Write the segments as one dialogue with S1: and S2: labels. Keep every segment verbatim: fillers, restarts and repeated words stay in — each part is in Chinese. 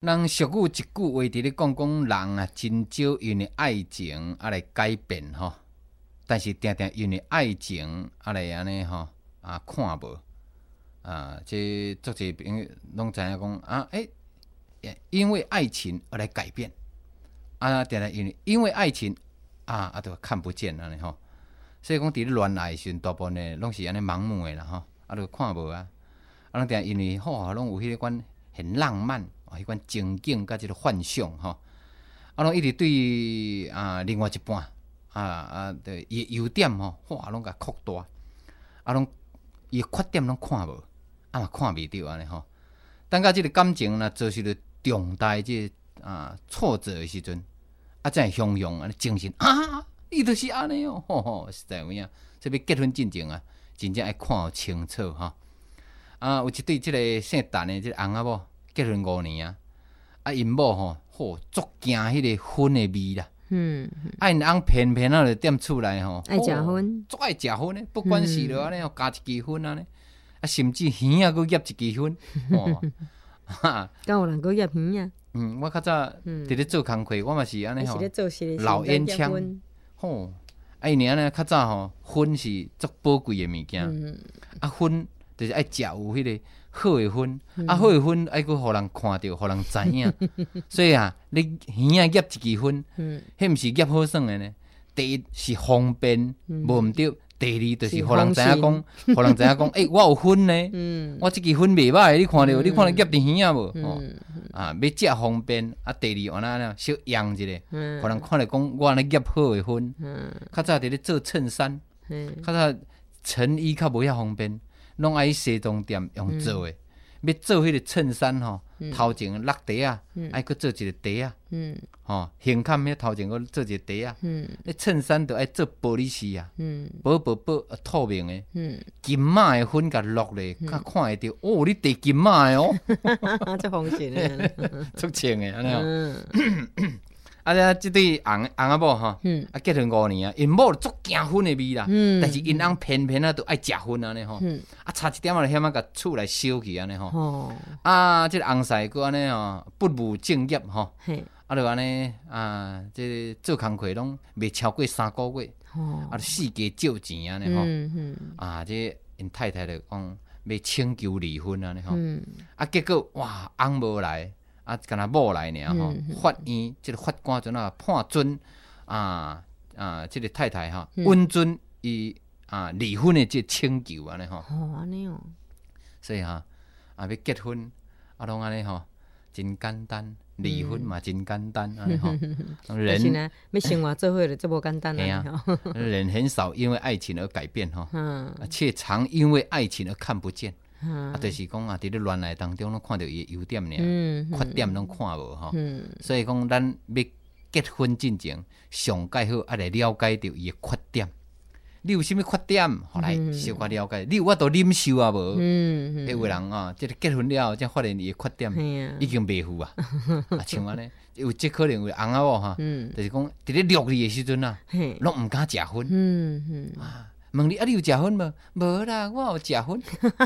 S1: 人俗语一句话伫咧讲讲人啊，真少因为爱情啊来改变吼，但是定定因为爱情啊来安尼吼啊看无啊，即足侪朋友拢知影讲啊，诶、欸，因为爱情而来改变啊，定定因为因为爱情啊啊，都看不见安尼吼，所以讲伫咧恋爱时，大部分呢拢是安尼盲目的啦吼，啊，都看无啊，啊，拢定因为吼，拢有迄个款很浪漫。迄款情景甲即个幻想吼，啊，拢一直对啊，另外一半啊啊的伊优点吼，哇，拢甲扩大，啊，拢伊缺点拢看无，啊嘛看袂着安尼吼。等到即个感情若遭受着重大即啊挫折的时阵，啊，才会汹涌安尼精神啊，伊就是安尼哦，吼吼，实在有影。所以要结婚进前啊，真正爱看清楚吼。啊，有一对即个姓陈的即个翁仔某。结婚五年啊，啊因某吼，吼足惊迄个薰的味啦。嗯，啊因翁偏偏啊就踮厝内吼，
S2: 爱食薰，
S1: 足爱食薰的，不管是了安尼，加一支薰安尼，啊甚至耳啊佫夹一支薰，吼，
S2: 哈，敢有人佫夹耳啊？
S1: 嗯，我较早伫咧做工课，我嘛是安尼吼，老烟枪，吼，啊因安尼较早吼，薰是足宝贵的物件，啊薰就是爱食有迄个。好的薰，嗯、啊好的薰爱佫互人看到，互人知影。所以啊，你耳啊夹一支薰，迄毋是夹好耍的呢。第一是方便，无毋对；第二就是互人知影讲，互人知影讲，诶、欸，我有薰呢，嗯、我即支薰袂歹，你看到，嗯、你看到夹伫耳啊无？嗯、哦，啊，要食方便，啊，第二安那小扬一下，互、嗯、人看到讲我安尼夹好的薰。嗯、較早伫咧做衬衫，較早成衣較无遐方便。拢爱去西裝店用做诶，嗯、要做迄个衬衫吼，头前落底啊，爱佫做一个底啊，吼，胸坎迄头前佫做一个底啊，你衬衫都爱做玻璃丝啊，薄薄薄透明诶，金马诶粉甲落咧，较看会着，哦，你地金马诶哦，
S2: 足风情诶，
S1: 足清诶安尼哦。啊！啊，即对翁翁仔某吼，啊结婚五年啊，因某足惊薰的味啦，嗯、但是因翁偏偏啊都爱食薰安尼吼，嗯、啊差一点啊险啊，甲厝内烧去安尼吼，哦、啊，即、這個翁婿佫安尼吼，不務正業吼，啊就安尼啊，即、這個、做工課攏未超過三個月，哦、啊四家借錢安尼吼，嗯嗯、啊即因太太就講要請求離婚安尼吼，嗯、啊結果哇翁無來。啊，敢若某來爾吼，法院即個法官陣啊判准啊啊，即、這個太太哈允准伊啊離婚的即個請求安尼吼。
S2: 哦，安尼哦。
S1: 所以哈啊要結婚啊，攏安尼吼，真簡單，離婚嘛真簡單安尼吼。
S2: 人呢要生活做伙就這麼簡單
S1: 啊。人很少因為愛情而改變吼，卻常因為愛情而看不見。啊，就是講啊，伫咧戀愛當中，攏看到伊優點爾，嗯、缺點攏看無吼。嗯、所以講，咱要結婚進前，上介好啊來了解到伊嘅缺點。你有啥物缺點？後來小可了解。嗯、你有法度忍受啊無？嗯，有個人啊，即、這個結婚了後，才發現伊嘅缺點、嗯、已經袂赴啊。啊，像安尼，有即可能有翁仔某哈，嗯、就是講伫咧虐你嘅時陣啊，攏毋敢食薰。嗯嗯啊。問你啊，你有食薰無？無啦，我有食薰。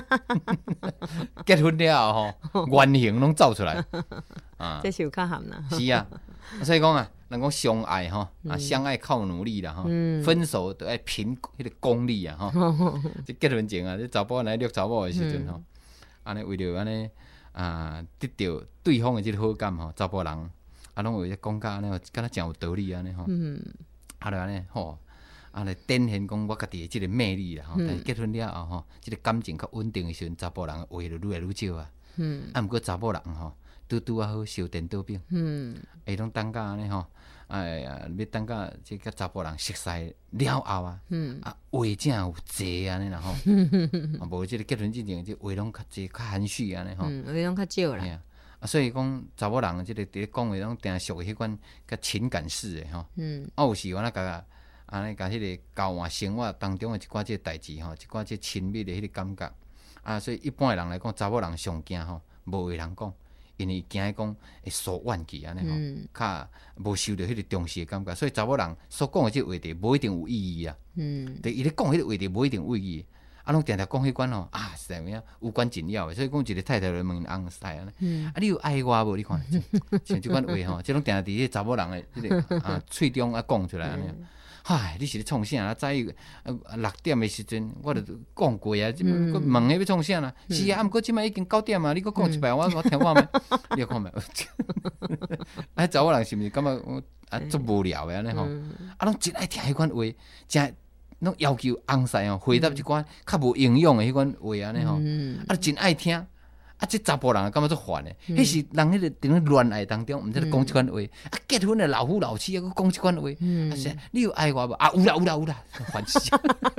S1: 結婚了吼，原形攏走出來。啊，
S2: 這是有較含啦。
S1: 是啊，所以講啊，人講相愛吼，啊相愛靠努力啦吼，嗯、分手都愛憑迄個功利啊吼。即、嗯、結婚前啊，即查甫來掠查某的時陣吼，安尼、嗯、為了安尼啊得到對方的即個好感吼，查甫人啊攏會講甲安尼，敢若真有道理安尼吼。嗯，啊就安尼吼。啊，來展現講我家己的即個魅力啦吼，嗯、但是結婚了後吼，即、這個感情較穩定的時陣，查甫人話就愈來愈少啊。嗯，啊，毋過查某人吼，拄拄啊好燒電刀兵。嗯，會當等甲安尼吼，哎呀，要等甲即個查甫人熟悉了後啊，嗯，啊話真有濟安尼啦吼，啊無即個結婚之前，即話攏較濟較含蓄安尼吼，
S2: 嗯，話攏較少啦。
S1: 啊，所以講查某人即個佇咧講話攏定屬於迄款較情感式的吼。嗯，啊有時我那個。安尼，甲迄個交換生活當中的一寡即個代志吼，一寡即親密的迄個感覺啊，所以一般的人來講，查某人上驚吼，無話人講，因為驚伊講會疏遠去安尼吼，較無受到迄個重視的感覺，所以查某人所講的即個話題無一定有意義啊。嗯，對，伊咧講迄個話題無一定有意義，啊， 啊，拢定定讲迄款吼啊，是啥物啊，无关紧要的，所以讲一个太太就问翁婿安尼，嗯、啊，你有爱我无？你看，像即款话吼，即拢定定伫迄查某人的即、這个啊喙中啊讲出来安尼。嗨，你是咧创啥啊？早起啊六点的时阵，我著讲过啊，即个问迄要创啥啦？嗯、是啊，啊，毋过即摆已经九点啊，你佫讲一摆，我我听看觅，你看觅，啊，查某人是毋是感觉啊足无聊的安尼吼？啊，拢真爱听迄款话，真拢要求翁婿吼回答即款较无营养的迄款话安尼吼，啊，真爱听。啊！即查甫人感觉足烦的，迄、嗯、是人迄个伫咧恋愛當中，毋知咧講即款話。啊，結婚的老夫老妻啊，佫講即款話。嗯、啊，是你有愛我無？啊，有啦有啦有啦，煩死！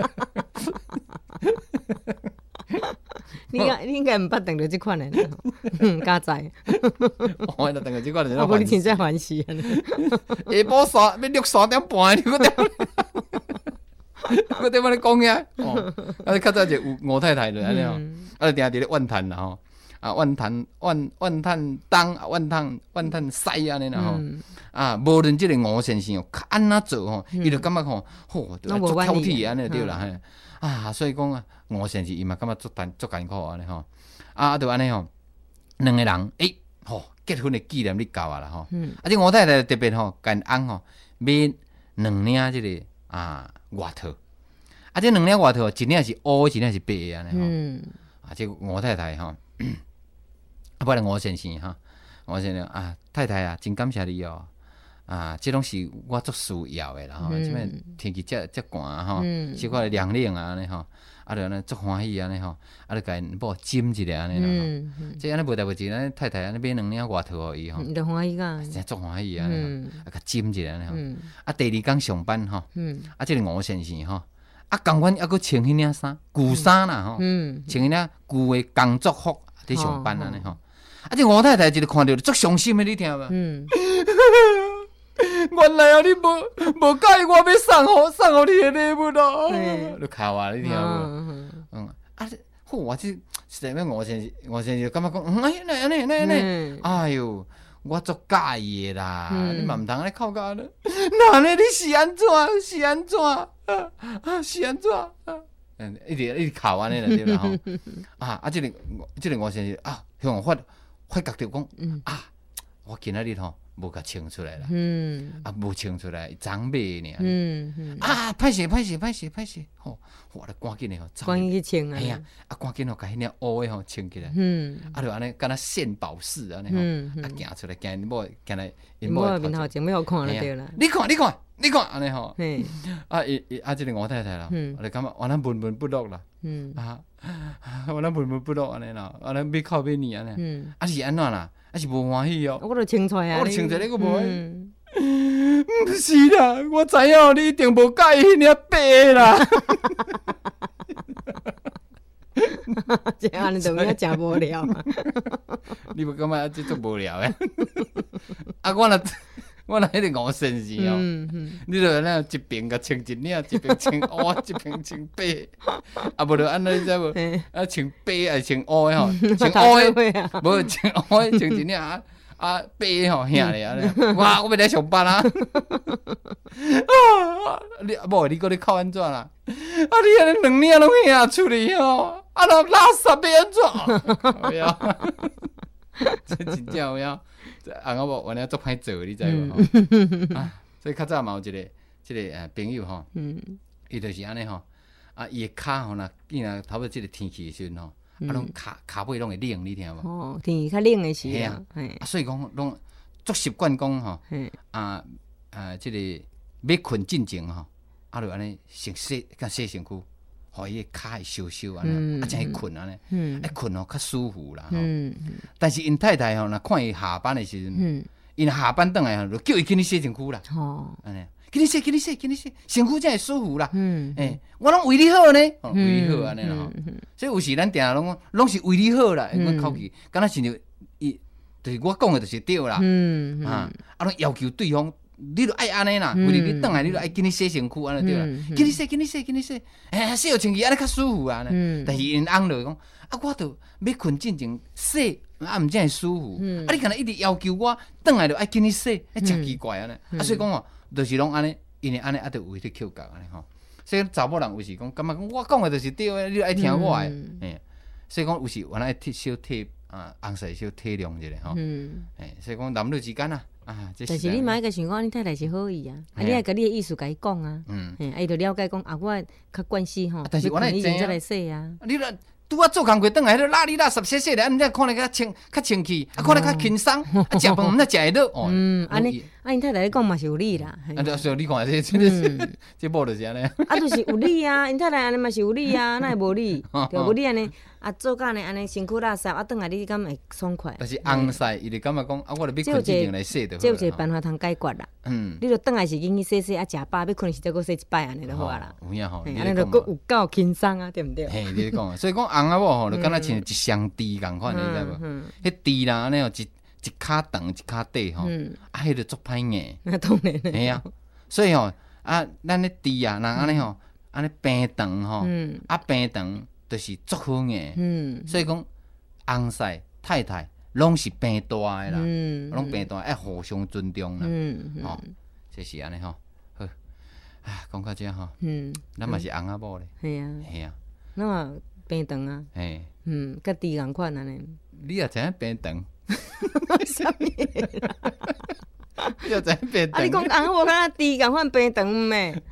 S2: 你應該你應該毋捌等到即款的啦，唔加知。
S1: 我等到即款的，
S2: 我講你真正煩死啊！
S1: 下晡三要六三點半，你佫點？佫點仔咧講呀？哦，啊，較早就有吳太太就安尼哦，啊，定定咧怨嘆啦吼。啊，怨嘆怨怨嘆東啊，怨嘆怨嘆西安尼啦吼，啊，無論即個吳先生哦，安怎做吼，伊就感覺吼，吼，足挑剔安尼對啦，嘿，啊，所以講啊，吳先生伊嘛感覺足艱足艱苦安尼吼，啊，就安尼吼，兩個人誒，吼，結婚的紀念日到啊啦吼，啊，即吳太太特別吼，跟翁吼買兩領即個啊外套，啊，即兩領外套，一領是烏，一領是白的安尼吼，啊，即吳太太吼。啊，不然吳先生哈，吳先生啊，太太啊，真感謝你哦，啊，這攏是我足需要的啦吼，即擺天氣遮遮寒吼，小可涼涼啊安尼吼，啊就安尼足歡喜安尼吼，啊就甲因某斟一下安尼啦吼，即安尼無代無志，安尼太太安尼買兩領外套互伊吼，就歡喜個，真足歡喜安尼吼，啊甲斟一下安尼吼，啊第二天上班吼，啊即個吳先生吼，啊共阮還佫穿迄領衫，舊衫啦吼，穿迄領舊的工作服佇上班安尼吼。啊！這吳太太一個看到足傷心的，你聽無？嗯，原來啊，你無無介意我要送互送互你的禮物咯？你開話你聽無？嗯，啊，好，我這實在咩？吳先生，吳先生感覺講，嗯，哎，那安尼那安尼，哎呦，我足介意的啦，你嘛毋通安尼哭甲咧？那安尼你是安怎？是安怎？啊，是安怎？嗯，一直一直哭安尼啦，對啦吼。啊啊，這個這個吳先生啊，向我發。發覺到講、嗯、啊，我今仔日吼無甲清出來啦，嗯、啊無清出來，昨買呢，嗯嗯、啊歹勢歹勢歹勢歹勢，吼，我咧趕緊的吼，
S2: 趕緊去清啊，
S1: 係啊，啊趕緊吼，甲迄領烏的吼清起來，嗯、啊就安尼，敢若獻寶式安尼吼，嗯嗯、啊行出來，行因某，行來因某面頭前要看就對啦，你看你看你看安尼吼，啊伊伊啊即個吳太太啦，嗯、我哋感覺我咱悶悶不樂啦，嗯、啊。我咱悶悶不樂安尼啦，啊咱要哭要念安尼，啊是安怎啦？啊是無歡喜哦。
S2: 我都清出來啊，
S1: 我都清出來，你個無歡喜。毋是啦，我知影你一定無介意迄領白啦。
S2: 這安尼就變真無聊。
S1: 你無感覺這足無聊誒？啊我若。我若迄個吳先生哦，嗯嗯、你著安尼一邊甲穿一領，一邊穿烏，一邊穿白，啊無著安尼你知無？啊穿白還是穿烏的吼？穿烏的，無穿烏的穿一領啊啊白的吼兄咧安尼，哇！我要來上班啊！啊，你無你擱咧哭安怎啦？啊你安尼兩領攏兄出嚟吼，啊那垃圾要安怎？哎呀，這真正有影。啊！我無，原來足歹做，你知無？啊，所以較早嘛有一個，即個誒朋友吼，伊就是安尼吼，啊，伊個骹吼，若既然頭尾即個天氣時陣吼，啊，攏骹骹尾攏會冷，你聽無？
S2: 哦，天氣較冷誒時啊，
S1: 啊，所以講攏足習慣講吼，啊啊，即個要困進前吼，啊，就安尼先洗，甲洗身軀。互伊個骹會收收安尼，啊，才會困安尼，一困吼較舒服啦。但是因太太吼，若看伊下班的時陣，因下班轉來吼，就叫伊緊去洗身軀啦。安尼，緊去洗，緊去洗，緊去洗，身軀才會舒服啦。誒，我攏為你好呢，為你好安尼啦吼。所以有時咱定下攏講，攏是為你好啦。阮口氣，敢若是就伊，就是我講的，就是對啦。啊，啊，攏要求對方。你著愛安尼啦，為了你轉來，你著愛緊去洗身軀安尼對啦，緊去洗，緊去洗，緊去洗，哎，洗好清氣安尼較舒服啊。但是因翁就講，啊，我著要困進前洗，啊，毋才會舒服。啊，你敢若一直要求我轉來著愛緊去洗，啊，真奇怪安尼。啊，所以講哦，著是攏安尼，因為安尼啊，著為咧扣講安尼吼。 所以查某人有时讲，感觉讲我讲的就是对的，你爱听我的，
S2: 嗯
S1: 诶、所以讲有时原来体小体啊，红细小体谅一下吼，
S2: 嗯，
S1: 诶、所以讲男女之间啊，啊，这
S2: 但是你嘛爱个想讲，你太太是好意啊，啊，你爱甲你的意思甲伊讲啊，
S1: 嗯，
S2: 嘿，啊，伊就了解讲啊，我较关系吼，
S1: 但是我哪会知影
S2: 以前才来说啊，
S1: 你若拄啊做工课转来，迄个拉里拉十细细的，安尼看咧较清较清气，啊，看咧较轻松，啊，食饭毋则食会落，哦，
S2: 嗯，安尼，啊，因太太咧讲嘛是有理啦，嘿
S1: 啊，就是你看这这这这某就是安尼，
S2: 啊，就是有理啊，因太太安尼嘛是有理啊，哪会无理？对无你安尼啊，做干呢安尼身躯垃圾啊，转来你敢会爽快？
S1: 但是红晒，伊就感觉讲啊，我著要困之前来洗就好
S2: 这有一个
S1: 啦。
S2: 办法通解决啦。
S1: 嗯，
S2: 你著转来是紧去洗洗啊，食饱要困时再搁洗一摆安尼就好啊啦。
S1: 有影吼，
S2: 嘿
S1: 你
S2: 安尼就搁
S1: 咧讲嘛，
S2: 有够轻松啊，对毋对？
S1: 嘿，你咧讲啊，所以讲红仔某吼，就敢若像一双猪共款，你知无？
S2: 嗯
S1: 迄猪啦，安尼吼一一骹长一骹短吼，
S2: 嗯，
S1: 啊，迄个足歹硬，
S2: 那当然啦。
S1: 嘿啊，所以吼啊，咱咧猪啊，人安尼吼，安尼平长吼，
S2: 嗯
S1: 啊平长就是足好硬。
S2: 嗯
S1: 所以讲，翁婿太太拢是平大的啦，
S2: 嗯
S1: 拢平大，爱互相尊重啦，
S2: 嗯
S1: 吼，这是安尼吼。好，啊，讲到这吼，
S2: 嗯，
S1: 咱嘛是翁仔某咧，
S2: 系啊，
S1: 嘿啊，
S2: 那嘛平长啊，
S1: 嘿，
S2: 嗯，甲猪共款安尼。
S1: 你也知影平长，
S2: 啥物？
S1: 你也知影平
S2: 啊，你讲
S1: 长，
S2: 红我敢若猪共款平长咩？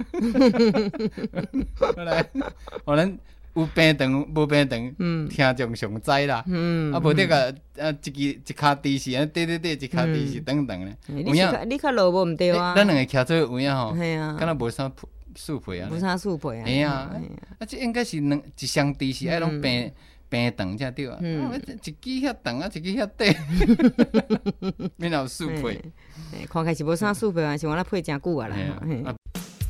S1: 后来，可能有平长无平长，
S2: 嗯
S1: 听众上知啦。
S2: 嗯，
S1: 啊，无得个啊，一支一骹猪是安尼对对对，一骹猪是长长咧。
S2: 嘿你是较你较落无毋对啊？
S1: 咱两个徛做有影吼，
S2: 系啊
S1: 敢，若无啥速配啊
S2: 无。啥速配啊。
S1: 嘿啊
S2: 嘿啊，
S1: 啊，这应该是两一双猪是爱拢平平长才对啊。
S2: 嗯
S1: 啊，一支遐长啊，一支遐短，免有速配。
S2: 嘿嘿看起来是无啥速配啊，是我那配真久啊啦
S1: 嘿。啊
S2: 嘿
S1: 啊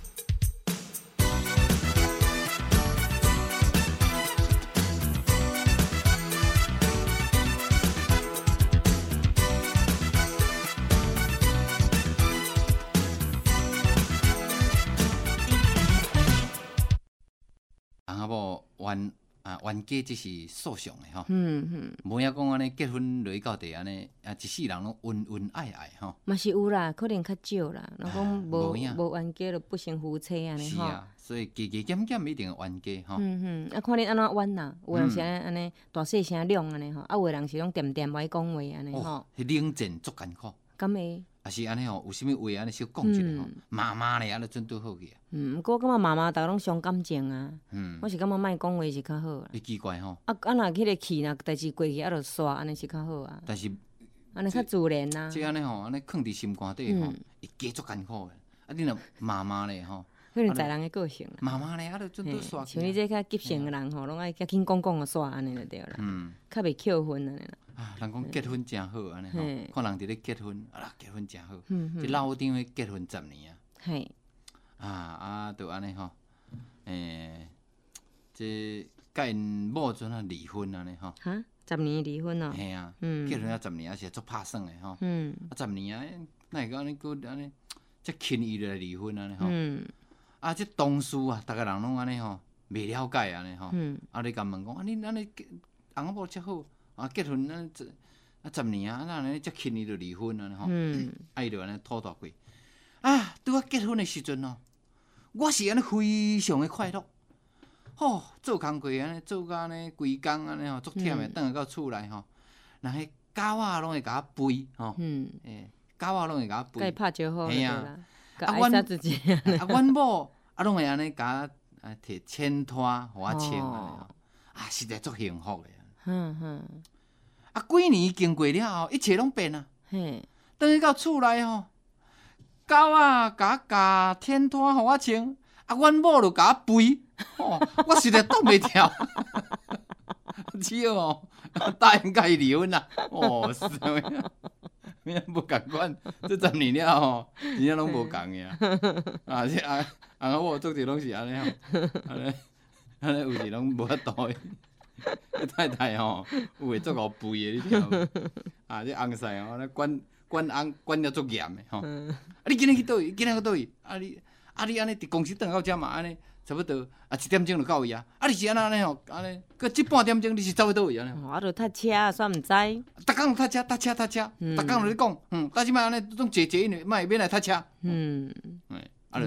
S1: 翁仔某冤啊冤家只是诉讼的吼，
S2: 嗯嗯，
S1: 无影讲安尼结婚落去到底安尼啊，一世人拢恩恩爱爱吼。
S2: 嘛是有啦，可能较少啦。若讲无
S1: 无影
S2: 无冤家就不成夫妻安尼吼。
S1: 是啊，所以加加减减一定有冤家吼。
S2: 嗯嗯，啊，看恁安怎冤啦，有人是安尼安尼大细声亮安尼吼，啊，有的人是拢点点爱讲话安尼吼
S1: 哦，，迄冷战足艰苦。
S2: 敢会？
S1: 啊是安尼吼，有啥物话安尼小讲一下吼，妈妈咧安尼准拄好去啊。
S2: 嗯，毋过我感觉妈妈逐个拢伤感情啊，
S1: 嗯，
S2: 我是感觉莫讲话是较好啦。
S1: 你奇怪吼，
S2: 啊，啊若迄个气若代志过去，啊，就煞安尼是较好啊，
S1: 但是
S2: 安尼较自然啊。
S1: 即安尼吼，安尼藏伫心肝底吼
S2: 嗯，
S1: 会加足艰苦的。啊，你若妈妈咧吼，
S2: 可能在人的个性啦。
S1: 妈妈咧啊，就准拄
S2: 嘿
S1: 煞
S2: 像你这较急性的人吼，拢爱较紧讲讲个煞安尼就对啦，
S1: 嗯。
S2: 较袂扣分安尼啦。
S1: 啊，人讲结婚真好安尼吼
S2: 嘿，
S1: 看人伫咧结婚，啊啦，结婚真好。
S2: 嗯嗯，
S1: 即老张迄结婚十年啊，
S2: 嘿，
S1: 啊啊，就安尼吼，诶，即甲因某阵啊离婚安尼吼，
S2: 哈，十年离婚哦。
S1: 嘿啊，
S2: 嗯
S1: 结婚啊十年啊是足拍算的吼，
S2: 嗯
S1: 啊十年啊，哪会个安尼搁安尼，即轻易就来离婚安尼吼，
S2: 嗯
S1: 啊即当事啊，逐个人拢安尼吼，袂了解安尼吼，
S2: 嗯
S1: 啊你甲问讲，啊你安尼翁仔某遮好，啊结婚安尼啊十年啊，啊安尼遮轻易就离婚安尼吼。
S2: 嗯
S1: 啊，伊就安尼吐大过。啊，拄啊结婚的时阵哦，我是安尼非常的快乐。吼、做工课安尼做到安尼规工安尼吼，足忝的，
S2: 嗯
S1: 倒来到厝内吼，人迄狗仔拢会甲我吠吼，
S2: 嗯，
S1: 诶，狗仔拢会甲我吠。
S2: 甲伊拍招呼就
S1: 嘿啊
S2: 对啦，甲
S1: 啊
S2: 爱惜自己。
S1: 啊，阮某啊拢会安尼甲我啊摕签拖互我穿安尼吼
S2: 哦，
S1: 啊，实在足幸福的。
S2: 哼哼，
S1: 啊，几年经过了后，一切拢变啊。
S2: 嘿，
S1: 等去到厝内吼，狗啊，甲我夹天拖互我穿，啊，阮某就甲我吠，吼、我实在挡袂牢，只好哦，答应甲伊离婚啦。哦，是啊，咩无共款，这十年了吼，真正拢无共个啊。啊，这啊，翁仔某做者拢是安尼吼，安尼安尼有时拢无法度的。太太吼，有会足互吠的，你听有？啊，这翁婿吼，那管管翁管了足严的吼。啊，你今日去倒位？今日去倒位？啊你啊你安尼伫公司等到遮嘛？安尼差不多啊一点钟就到位啊。啊你是安尼安尼吼，安尼搁即半点钟你是走去倒位安尼？
S2: 哦啊，著搭车煞毋知。
S1: 逐工就搭车搭车搭车，逐工就咧讲，嗯，但即摆安尼总坐坐因莫免来搭车。
S2: 嗯，
S1: 哎，啊就安尼，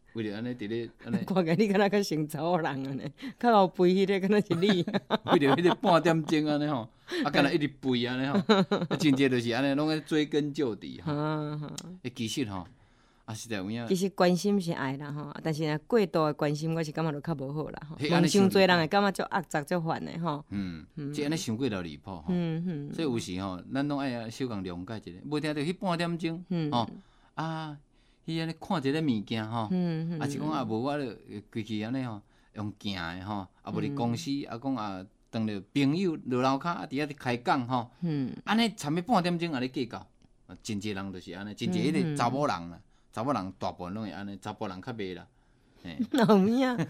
S1: 为了安尼伫咧安尼，
S2: 看起来你敢若较像查某人安尼，较后肥迄个敢若是你。
S1: 为了迄个半点钟安尼吼，啊，敢若一直肥安尼吼，啊，真济就是安尼，拢咧追根究底吼。诶，其实吼，啊，实在有影。
S2: 其实关心是爱啦吼，但是若过度的关心，我是感觉就较无好啦吼。问伤侪人会感觉足压杂足烦的吼。嗯，
S1: 即安尼伤过头离谱吼。嗯嗯。所以有时吼，咱拢爱小共谅解一下，无听到迄半点钟，吼啊。伊安尼看一个物件吼，啊是讲啊无我著规气安尼吼，用行的吼，啊无伫公司啊讲啊，当着朋友落楼骹啊伫遐开讲吼，安尼差要半点钟安尼计较，真济人就是安尼，真济迄个查某人啦，查某人大部分拢会安尼，查甫人较袂啦。
S2: 老咩啊？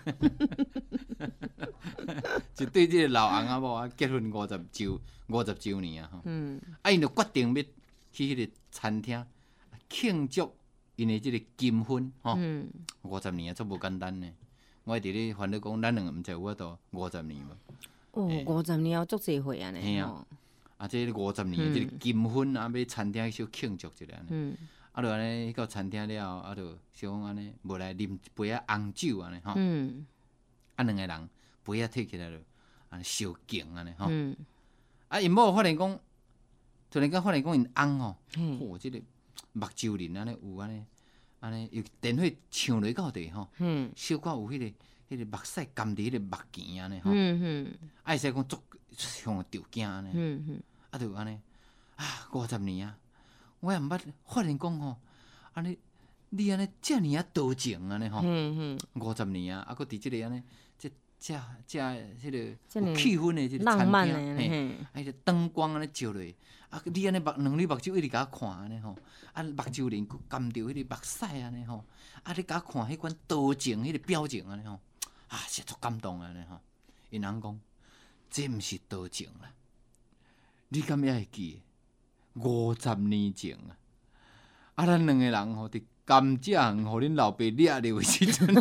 S1: 就对即个老翁仔某啊，结婚五十周五十周年啊吼，啊因就决定要去迄个餐厅庆祝。因的即个金婚吼，五十年啊，足无简单呢。我伫咧烦恼讲，咱两个毋知有法度五十年无？
S2: 哦，五十年后足济岁啊呢。
S1: 嘿啊，啊，即五十年的即个金婚啊，要餐厅小庆祝一下呢。啊，就安尼到餐厅了后，啊，就小讲安尼，无来啉一杯啊红酒安尼吼。啊，两个人杯啊摕起来了，安尼烧敬安尼吼。啊，因某发现讲，突然间发现讲因翁吼，嚯，即个。目睭面安尼有安尼，安尼又电火呛落到地吼，小可有迄、那个、迄、那个目屎含伫迄个目镜安尼吼，啊，会使讲足像着惊安尼，啊，就安尼啊，五十年啊，我也毋捌发现讲吼，安尼你安尼遮尔啊多情安尼吼，五十年啊，啊，佮伫即个安尼，即遮遮迄个有气氛的即个餐厅，嘿，啊，迄个灯光安尼照落。啊！你安尼目两粒目睭一直甲我看安尼吼，啊目睭连含着迄个目屎安尼吼，啊你甲我看迄款多情迄个表情安尼吼，啊是足感动安尼吼。因翁讲，这毋是多情啦，你敢也会记？五十年前啊，啊咱两个人吼伫甘蔗园，互恁老爸掠着的时阵，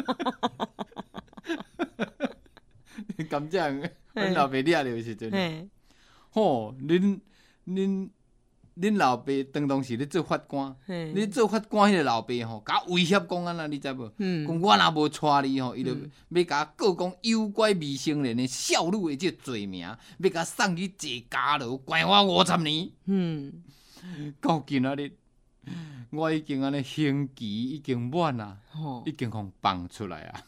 S1: 甘蔗园，恁老爸掠着的时阵，吼恁。恁恁老爸当当时咧做法官，你做法官迄个老爸吼，甲威胁讲安那，你知无？讲我若无娶你吼，伊就要甲告讲诱拐未成年的少女的即个罪名，要甲送去坐监牢，关我五十年。嗯，到今仔日，我已经安尼刑期已经满啊，已经互放出来啊。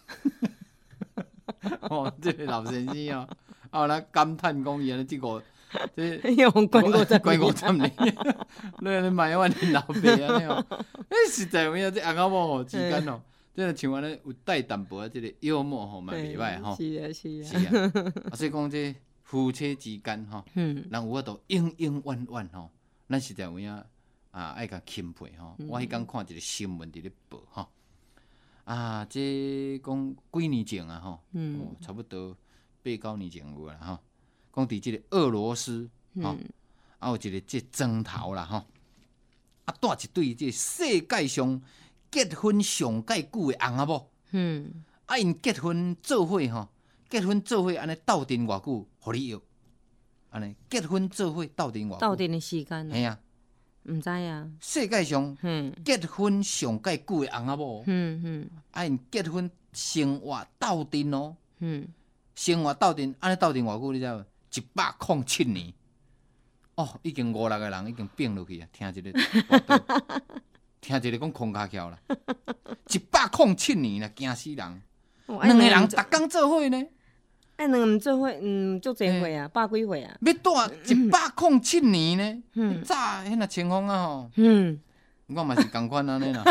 S1: 哦，即、这个老先生哦，啊，咱感叹讲伊安尼即个。这
S2: 用关五十
S1: 关五十年，你安尼埋怨恁老爸安尼哦，诶，实在有影这翁仔某吼之间吼，真系像安尼有带淡薄仔即个幽默吼，嘛袂歹吼。
S2: 是啊是啊。
S1: 是啊，啊所以讲这夫妻之间吼，人有法度永永远远吼，咱实在有影啊爱甲钦佩吼。我迄天看一个新闻伫咧报吼，啊，这讲几年前啊吼，差不多八九年前有啦吼。讲伫即个俄罗斯，吼、嗯，啊有一个即砖头啦，吼，啊带一对即世界上结婚上介久的翁仔某，嗯，啊因结婚做伙吼，结婚做伙安尼斗阵偌久，互你约，安尼结婚做伙斗阵偌久，
S2: 斗阵的时间，
S1: 嘿啊，
S2: 毋知啊，
S1: 世界上结婚上介久的翁仔某，嗯嗯，啊因结婚生活斗阵哦，嗯，生活斗阵，安尼斗阵偌久，你知无？一百零七年，哦，已经五六个人已经并落去啊！听一个，听一个讲空骹桥啦，一百零七年啦，惊死人！两个人逐工做伙呢？
S2: 哎，两个人做伙，嗯，足侪岁啊，百几岁啊？
S1: 要住一百零七年呢？嗯，早迄那情况啊吼，嗯，我嘛是共款安尼啦。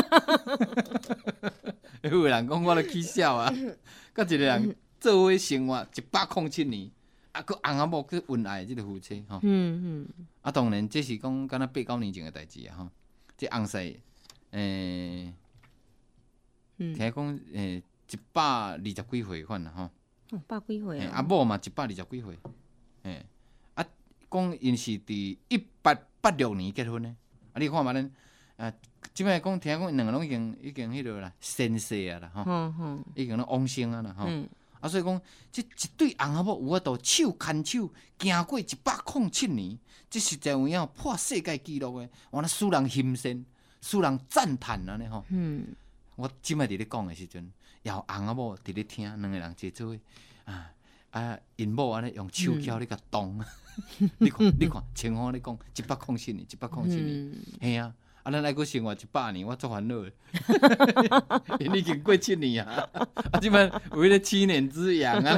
S1: 有个人讲我咧起笑啊，甲一个人做伙生活一百零七年。啊，佮翁仔某去恩爱即个夫妻吼，嗯嗯，啊，当然这是讲敢若八九年前的代志啊吼，即翁婿，诶，听讲诶一百二十几岁款啦吼，
S2: 哦，百几岁啊，
S1: 啊某嘛一百二十几岁，诶，啊，讲因是伫一八八六年结婚的，啊，你看嘛恁，啊，即摆讲听讲两个拢已经已经迄落啦，仙逝啊啦吼，嗯嗯，已经拢往生啊啦吼。啊，所以讲，即一对翁仔某有法度手牵手行过一百零七年，这实在有影破世界纪录的，完了使人欣羡，使人赞叹安尼吼。嗯， 我即摆伫咧讲的时阵，也有翁仔某伫咧听，两个人坐做伙啊啊，因某安尼用手鉸咧甲动，你看你看，清风咧讲一百空七年，一百空七年，嘿啊。啊，咱爱搁生活一百年，我足烦恼的，因已经过七年啊，啊，即摆有迄个七年之痒啊，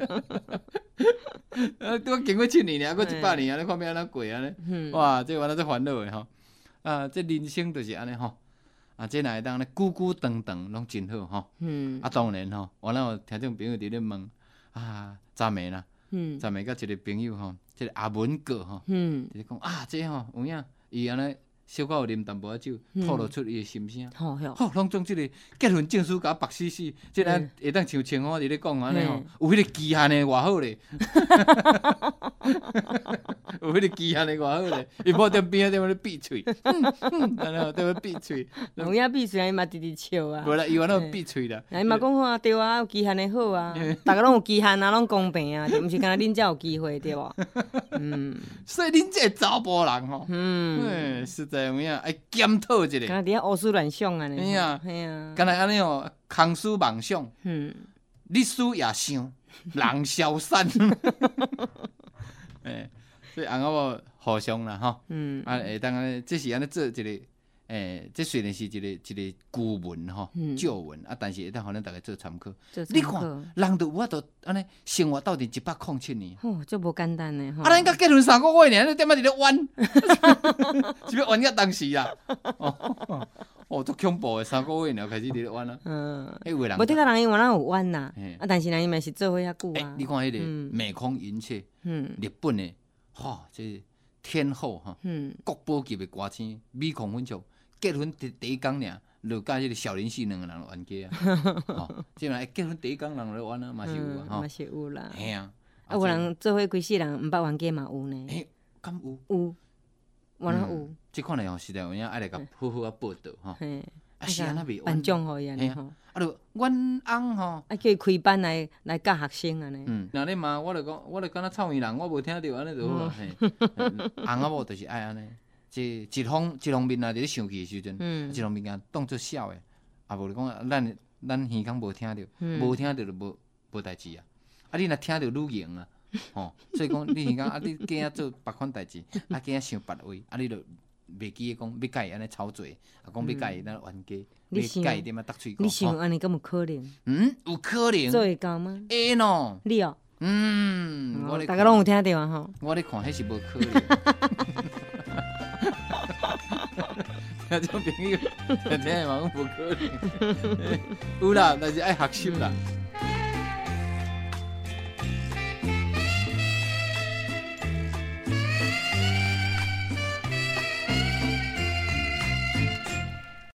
S1: 啊，拄经过七年尔，搁一百年啊，你看要安怎过安尼？哇，这我那足烦恼的吼，啊，这人生就是安尼吼，啊，这若会当咧久久长长拢真好吼，嗯，啊，当然吼，我那有听众朋友伫咧问啊，昨暝啦，嗯，昨暝甲一个朋友吼，即个阿文哥吼，嗯，伫咧讲啊，这吼有影，伊安尼。小可有啉淡薄仔酒，吐露出伊的心声。好，好，拢种即个结婚证书甲白死死，即个会当像青花伫咧讲安尼吼，有迄个期限的偌好咧，有迄个期限的偌好咧，伊无踮边仔踮咧闭喙，安尼吼踮咧闭喙，
S2: 有影闭喙，伊嘛直直笑啊。
S1: 无啦，伊安尼闭喙啦。
S2: 伊嘛讲好啊，对啊，有期限的好啊，逐个拢有期限啊，拢公平啊，毋是干那恁才有机会对无？嗯，
S1: 所以恁这查甫人吼，嗯，实在。有影爱检讨一下，
S2: 敢若伫遐胡思乱想安尼。
S1: 嘿啊，嘿啊，敢若安尼哦，空思妄想，嗯，你思也想，人消散。诶，所以翁仔某互相啦吼，嗯，啊会当安尼，这是安尼做一个，诶，这虽然是一个一个古文吼，旧文啊，但是会当互咱大家做参考。你看，人就有法度安尼生活到底一百零七年，
S2: 哦，这无简单呢。
S1: 啊，咱甲结婚三个月呢，你点仔伫咧弯，是要弯到当时啊？哦，哦，足恐怖的，三个月了开始伫咧弯啊。嗯，迄有人，
S2: 无得个人因为咱有弯呐，啊，但是人伊嘛是做伙遐久啊。
S1: 你看迄个美空云雀，嗯，日本的，哈，这天后哈，嗯，国宝级的歌星美空云雀。结婚第第一天尔，就甲迄个小林寺两个人冤家啊！吼，即嘛结婚第一天人咧冤啊，嘛是有啊，吼，
S2: 嘛是有啦。
S1: 嘿啊，
S2: 啊，有人做伙规世人毋捌冤家嘛有呢。
S1: 诶，敢有？
S2: 有，原来有。
S1: 即款嘞吼，实在有影爱来甲好好啊报道吼。嘿，啊是安那袂冤。
S2: 颁奖互伊安尼吼。
S1: 啊，就阮翁吼，
S2: 啊叫伊开班来来教学生安尼。
S1: 嗯，那你嘛，我就讲，我就敢若臭耳人，我无听着安尼就好啊。嘿，翁仔某就是爱安尼。即一方一方面啊，伫咧生气的时阵，嗯、一方面啊当作笑的，啊无你讲，咱咱耳孔无听着，无、嗯、听着就无无代志啊。啊，你若听着愈赢啊，吼，所以讲你耳孔啊，你惊做别款代志，啊惊想别话，啊你就袂记讲要甲伊安尼操作，啊讲要甲伊咱冤家，要甲伊点啊搭喙讲。
S2: 你想安尼敢有可能？
S1: 嗯，有可能。
S2: 做会到吗？
S1: 会喏。
S2: 你哦。
S1: 嗯，
S2: 我大家拢有听着啊吼。
S1: 我咧看，迄是无可能。听种朋友，听听嘛，无可能。有啦，但是爱学习啦。